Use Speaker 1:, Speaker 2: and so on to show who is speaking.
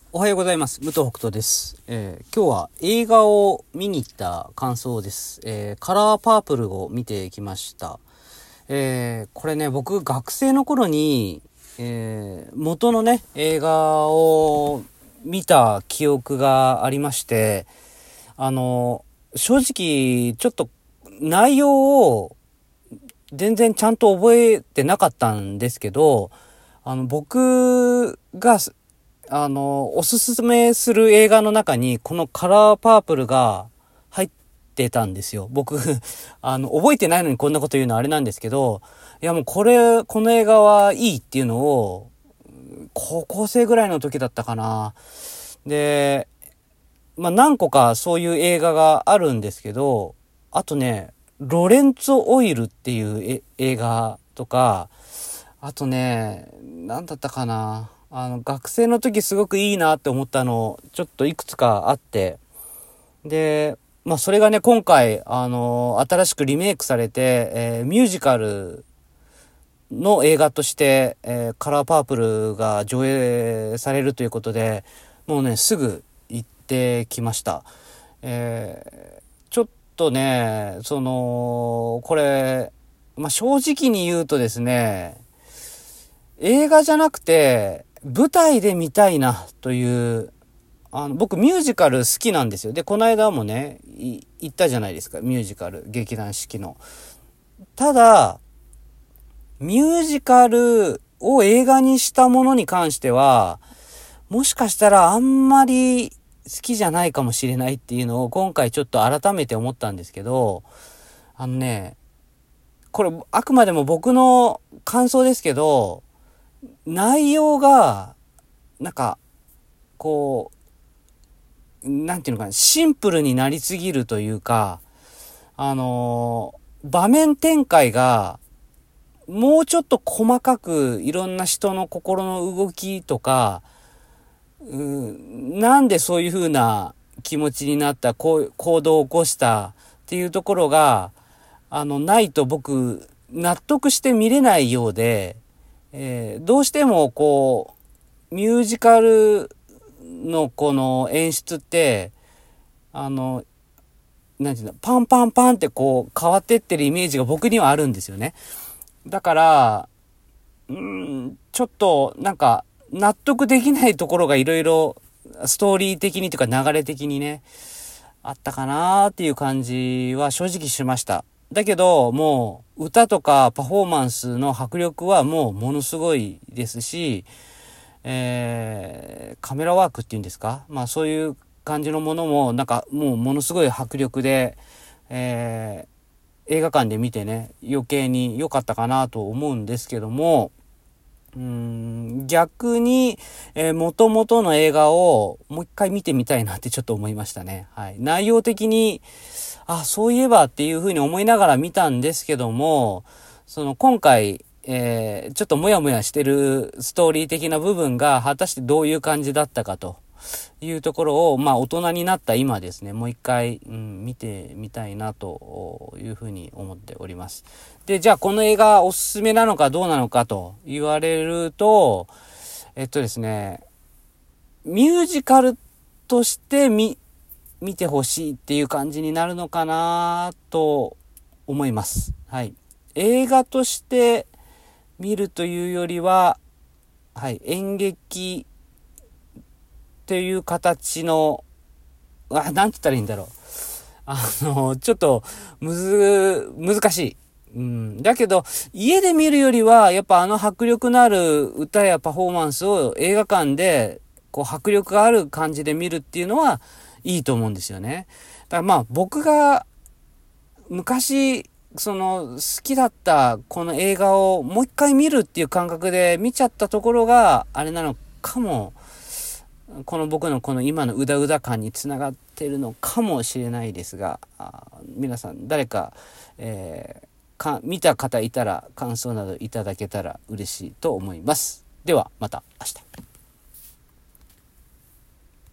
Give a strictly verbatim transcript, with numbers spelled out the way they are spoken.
Speaker 1: おはようございます。武藤北斗です、えー。今日は映画を見に行った感想です。えー、カラーパープルを見てきました。えー、これね、僕学生の頃に、えー、元のね、映画を見た記憶がありまして、あの、正直ちょっと内容を全然ちゃんと覚えてなかったんですけど、あの、僕があの、おすすめする映画の中に、このカラーパープルが入ってたんですよ。僕、あの、覚えてないのにこんなこと言うのはあれなんですけど、いやもうこれ、この映画はいいっていうのを、高校生ぐらいの時だったかな。で、まあ、何個かそういう映画があるんですけど、あとね、ロレンツォ・オイルっていう映画とか、あとね、なんだったかな。あの、学生の時すごくいいなって思ったの、ちょっといくつかあって。で、まあそれがね、今回、あの、新しくリメイクされて、えー、ミュージカルの映画として、えー、カラーパープルが上映されるということで、もうね、すぐ行ってきました。えー、ちょっとね、その、これ、まあ正直に言うとですね、映画じゃなくて、舞台で見たいなという、あの、僕ミュージカル好きなんですよ。で、この間もね、行ったじゃないですか、ミュージカル、劇団四季の。ただ、ミュージカルを映画にしたものに関しては、もしかしたらあんまり好きじゃないかもしれないっていうのを今回ちょっと改めて思ったんですけど、あのね、これあくまでも僕の感想ですけど、内容が、なんか、こう、なんていうのかな、シンプルになりすぎるというか、あのー、場面展開が、もうちょっと細かくいろんな人の心の動きとか、うん、なんでそういう風な気持ちになった、こう、行動を起こしたっていうところが、あの、ないと僕、納得して見れないようで、えー、どうしてもこう、ミュージカルのこの演出って、あの、なんていうの、パンパンパンってこう変わってってるイメージが僕にはあるんですよね。だから、うーん、ちょっとなんか納得できないところがいろいろストーリー的にというか流れ的にね、あったかなーっていう感じは正直しました。だけど、もう歌とかパフォーマンスの迫力はもうものすごいですし、えー、カメラワークっていうんですか、まあそういう感じのものもなんかもうものすごい迫力で、えー、映画館で見てね余計に良かったかなと思うんですけども、うーん、逆に、えー、元々の映画をもう一回見てみたいなってちょっと思いましたね。はい。内容的に、あ、そういえばっていうふうに思いながら見たんですけども、その今回、えー、ちょっともやもやしてるストーリー的な部分が果たしてどういう感じだったかというところを、まあ大人になった今ですね、もう一回、うん、見てみたいなというふうに思っております。で、じゃあこの映画おすすめなのかどうなのかと言われると、えっとですね、ミュージカルとして見、見てほしいっていう感じになるのかなと思います。はい。映画として見るというよりは、はい、演劇という形の、あ、なんて言ったらいいんだろう。あの、ちょっと、むず、難しい。うん。だけど、家で見るよりは、やっぱあの迫力のある歌やパフォーマンスを映画館で、こう迫力がある感じで見るっていうのは、いいと思うんですよね。だからまあ、僕が、昔、その、好きだったこの映画をもう一回見るっていう感覚で見ちゃったところが、あれなのかも、この僕のこの今のうだうだ感につながっているのかもしれないですが、皆さん誰か、えー、か見た方いたら感想などいただけたら嬉しいと思います。ではまた明日。